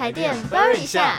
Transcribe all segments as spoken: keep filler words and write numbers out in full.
台电 Burn 一下。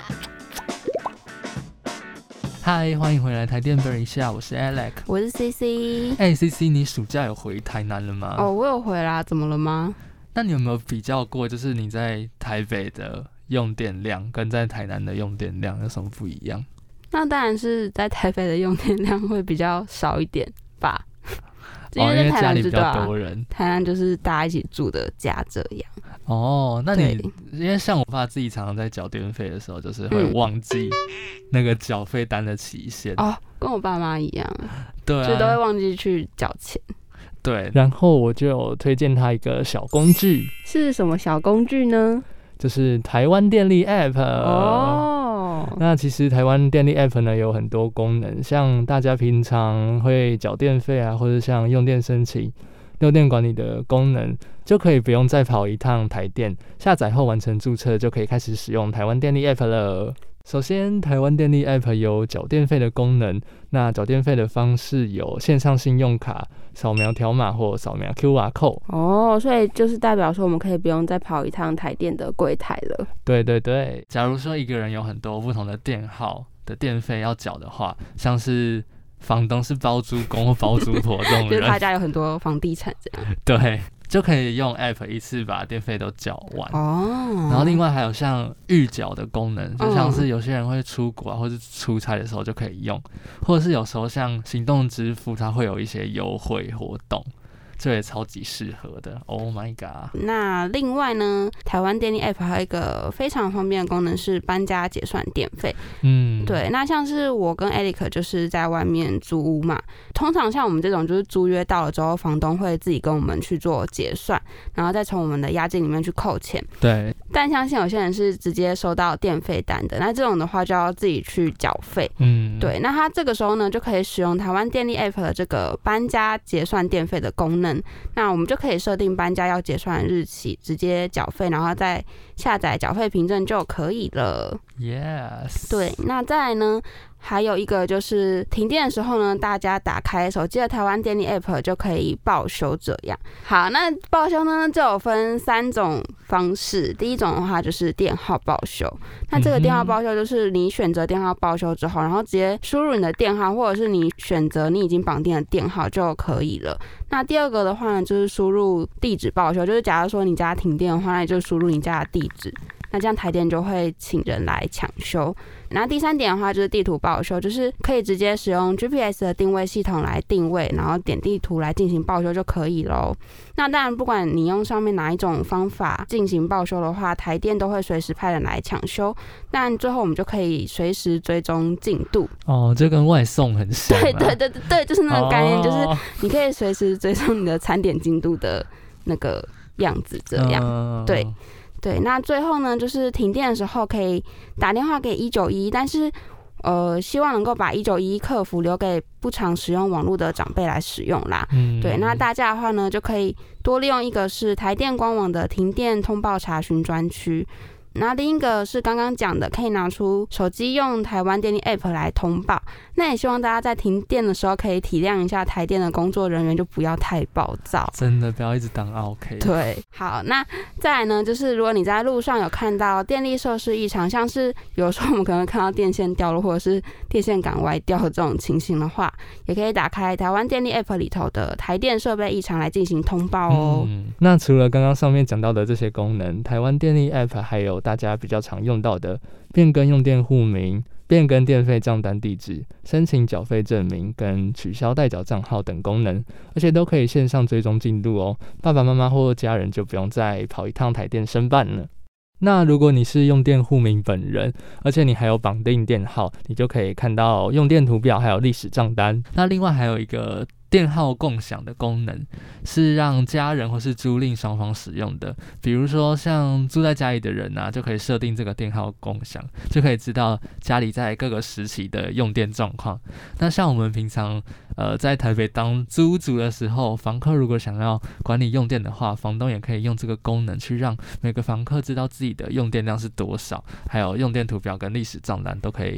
嗨，欢迎回来台电 Burn 一下，我是 Alex， 我是 C C。 哎、欸、，C C， 你暑假有回台南了吗？ 哦，我有回啦，怎么了吗？ 那你有没有比较过，就是你在台北的用电量跟在台南的用电量有什么不一样？ 那当然是在台北的用电量会比较少一点吧。 哦，因为家里比较多人， 台南就是大家一起住的家这样。 哦，那你因为像我爸自己常常在缴电费的时候，就是会忘记那个缴费单的期限、 嗯、哦，跟我爸妈一样， 对、啊， 就都会忘记去缴钱。 对，然后我就有推荐他一个小工具， 是什么小工具呢？ 就是台湾电力 App 哦。 那其实台湾电力 App 呢有很多功能，像大家平常会缴电费啊，或者像用电申请、用电管理的功能，就可以不用再跑一趟台电，下载后完成注册就可以开始使用台湾电力 App 了。首先，台湾电力 App 有缴电费的功能，那缴电费的方式有线上信用卡、扫描条码或扫描 Q R code。 哦，所以就是代表说我们可以不用再跑一趟台电的柜台了。 对对对，假如说一个人有很多不同的电号的电费要缴的话，像是房东是包租公或包租婆这种人， 就是他家有很多房地产这样。 对，就可以用 App 一次把电费都缴完。 哦， 然后另外还有像预缴的功能，就像是有些人会出国啊，或是出差的时候就可以用，或者是有时候像行动支付，它会有一些优惠活动。这也超级适合的 ，Oh my god！ 那另外呢，台湾电力 App 还有一个非常方便的功能是搬家结算电费。嗯，对。那像是我跟 Alex 就是在外面租屋嘛，通常像我们这种就是租约到了之后，房东会自己跟我们去做结算，然后再从我们的押金里面去扣钱。 对。 但相信有些人是直接收到电费单的，那这种的话就要自己去缴费。嗯，对。那他这个时候呢，就可以使用台湾电力 App 的这个搬家结算电费的功能。那我们就可以设定搬家要结算的日期，直接缴费，然后再下载缴费凭证就可以了。 Yes。对， 那再来呢？还有一个就是停电的时候呢，大家打开手机的台湾电力 App 就可以报修这样。好，那报修呢就有分三种方式。第一种的话就是电号报修，那这个电号报修就是你选择电号报修之后，然后直接输入你的电号，或者是你选择你已经绑定的电号就可以了。那第二个的话呢，就是输入地址报修，就是假如说你家停电的话，那你就输入你家的地址。那这样台电就会请人来抢修。那第三点的话就是地图报修，就是可以直接使用 G P S 的定位系统来定位，然后点地图来进行报修就可以咯。那当然不管你用上面哪一种方法进行报修的话，台电都会随时派人来抢修，但最后我们就可以随时追踪进度。 哦，这跟外送很像、啊。 对对对对，就是那个概念、哦、就是你可以随时追踪你的餐点进度的那个样子这样、哦、对对，那最后呢，就是停电的时候可以打电话给一九一一，但是呃，希望能够把一九一一客服留给不常使用网络的长辈来使用啦。嗯，对，那大家的话呢，就可以多利用一个是台电官网的停电通报查询专区。那另一个是刚刚讲的，可以拿出手机用台湾电力 App 来通报。那也希望大家在停电的时候可以体谅一下台电的工作人员，就不要太暴躁。 真的不要一直当 OK。 对，好，那再来呢，就是如果你在路上有看到电力设施异常，像是有时候我们可能会看到电线掉落或者是电线杆歪掉这种情形的话，也可以打开台湾电力 App 里头的台电设备异常来进行通报哦。 嗯，那除了刚刚上面讲到的这些功能，台湾电力 App 还有大家比较常用到的变更用电户名、变更电费账单地址、申请缴费证明跟取消代缴账号等功能，而且都可以线上追踪进度哦。爸爸妈妈或家人就不用再跑一趟台电申办了。那如果你是用电户名本人，而且你还有绑定电号，你就可以看到用电图表还有历史账单。那另外还有一个电号共享的功能，是让家人或是租赁双方使用的。比如说像住在家里的人啊，就可以设定这个电号共享，就可以知道家里在各个时期的用电状况。那像我们平常呃在台北当租屋族的时候，房客如果想要管理用电的话，房东也可以用这个功能去让每个房客知道自己的用电量是多少，还有用电图表跟历史账单都可以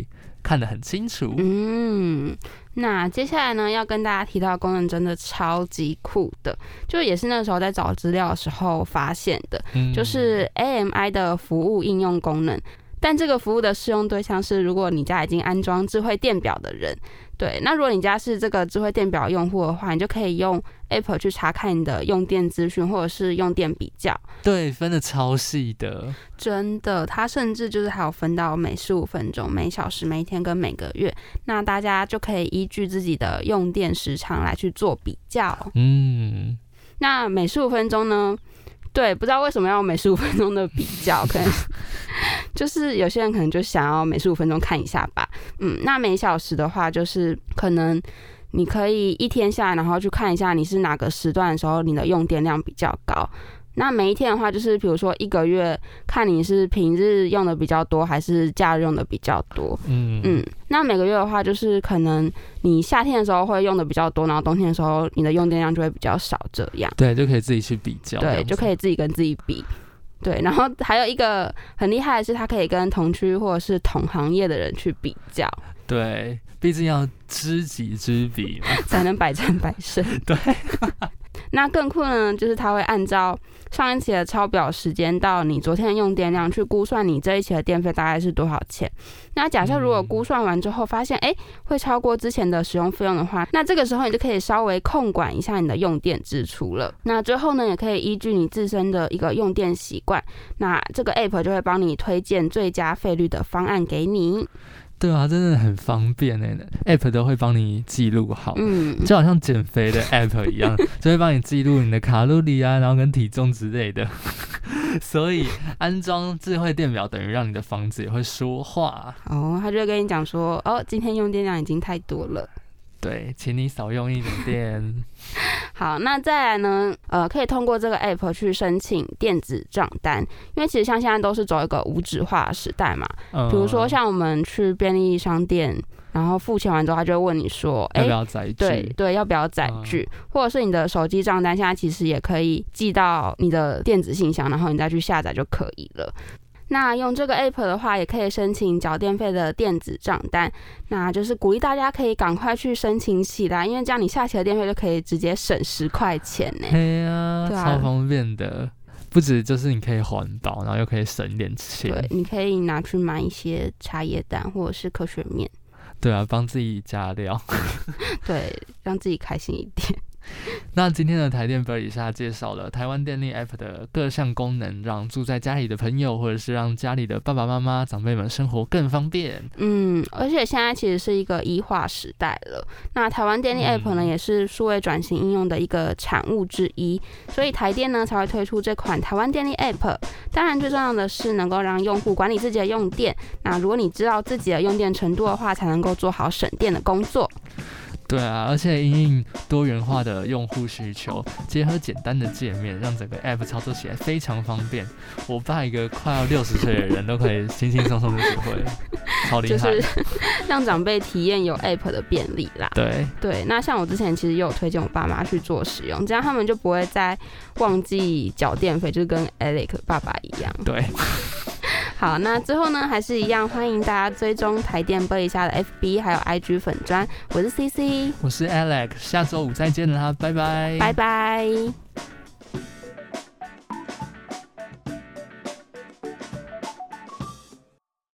看得很清楚。 嗯，那接下来呢，要跟大家提到的功能真的超级酷的，就也是那时候在找资料的时候发现的， 嗯、 就是 A M I 的服务应用功能。但这个服务的适用对象是如果你家已经安装智慧电表的人。对，那如果你家是这个智慧电表用户的话，你就可以用 App 去查看你的用电资讯或者是用电比较。 对，分得超细的， 真的，它甚至就是还有分到每十五分钟、每小时、每天跟每个月，那大家就可以依据自己的用电时长来去做比较。 嗯， 那每十五分钟呢？对，不知道为什么要每十五分钟的比较，可能就是有些人可能就想要每十五分钟看一下吧。嗯，那每小时的话，就是可能你可以一天下来，然后去看一下你是哪个时段的时候你的用电量比较高。那每一天的话，就是比如说一个月，看你是平日用的比较多，还是假日用的比较多。嗯嗯。那每个月的话，就是可能你夏天的时候会用的比较多，然后冬天的时候你的用电量就会比较少，这样。 对，就可以自己去比较。 对，就可以自己跟自己比。对，然后还有一个很厉害的是，它可以跟同区或者是同行业的人去比较。 对，毕竟要知己知彼嘛， 才能百战百胜。 对。 那更酷呢，就是它会按照上一期的抄表时间到你昨天的用电量去估算你这一期的电费大概是多少钱。那假设如果估算完之后发现，哎、欸，会超过之前的使用费用的话，那这个时候你就可以稍微控管一下你的用电支出了。那最后呢，也可以依据你自身的一个用电习惯，那这个 App 就会帮你推荐最佳费率的方案给你。 对啊，真的很方便诶 ，App 都会帮你记录好， 嗯， 就好像减肥的 App 一样，就会帮你记录你的卡路里啊，然后跟体重之类的。所以安装智慧电表等于让你的房子也会说话哦，他就会跟你讲说，哦，今天用电量已经太多了。 对，请你少用一点电。 好，那再来呢？呃，可以通过这个 app 去申请电子账单，因为其实像现在都是走一个无纸化的时代嘛。嗯、比如说像我们去便利商店，然后付钱完之后，他就会问你说，哎、 欸，要不要载具？ 对对，要不要载具？嗯、或者是你的手机账单，现在其实也可以寄到你的电子信箱，然后你再去下载就可以了。那用这个 app 的话，也可以申请缴电费的电子账单，那就是鼓励大家可以赶快去申请起来，因为这样你下期的电费就可以直接省十块钱呢。 对啊，超方便的，不止就是你可以环保，然后又可以省一点钱。 对，你可以拿去买一些茶叶蛋或者是科学面。 对啊，帮自己加料。 对，让自己开心一点。 那今天的台电本以下介绍了台湾电力 App 的各项功能，让住在家里的朋友或者是让家里的爸爸妈妈长辈们生活更方便。 嗯，而且现在其实是一个E化时代了，那台湾电力 App 呢、嗯、也是数位转型应用的一个产物之一，所以台电呢才会推出这款台湾电力 App。当然最重要的是能够让用户管理自己的用电，那如果你知道自己的用电程度的话，才能够做好省电的工作。 对啊，而且因应多元化的用户需求，结合简单的界面，让整个 App 操作起来非常方便。我爸一个快要六十岁的人都可以轻轻松松就学会，超厉害。 就是让长辈体验有 App 的便利啦。 对对，那像我之前其实也有推荐我爸妈去做使用，这样他们就不会再忘记缴电费，就是跟 Alex 爸爸一样。 对。 好，那最后呢，还是一样，欢迎大家追踪台电播一下的 F B 还有 I G 粉专。我是 C C， 我是 Alex， 下周五再见啦，拜拜， 拜拜。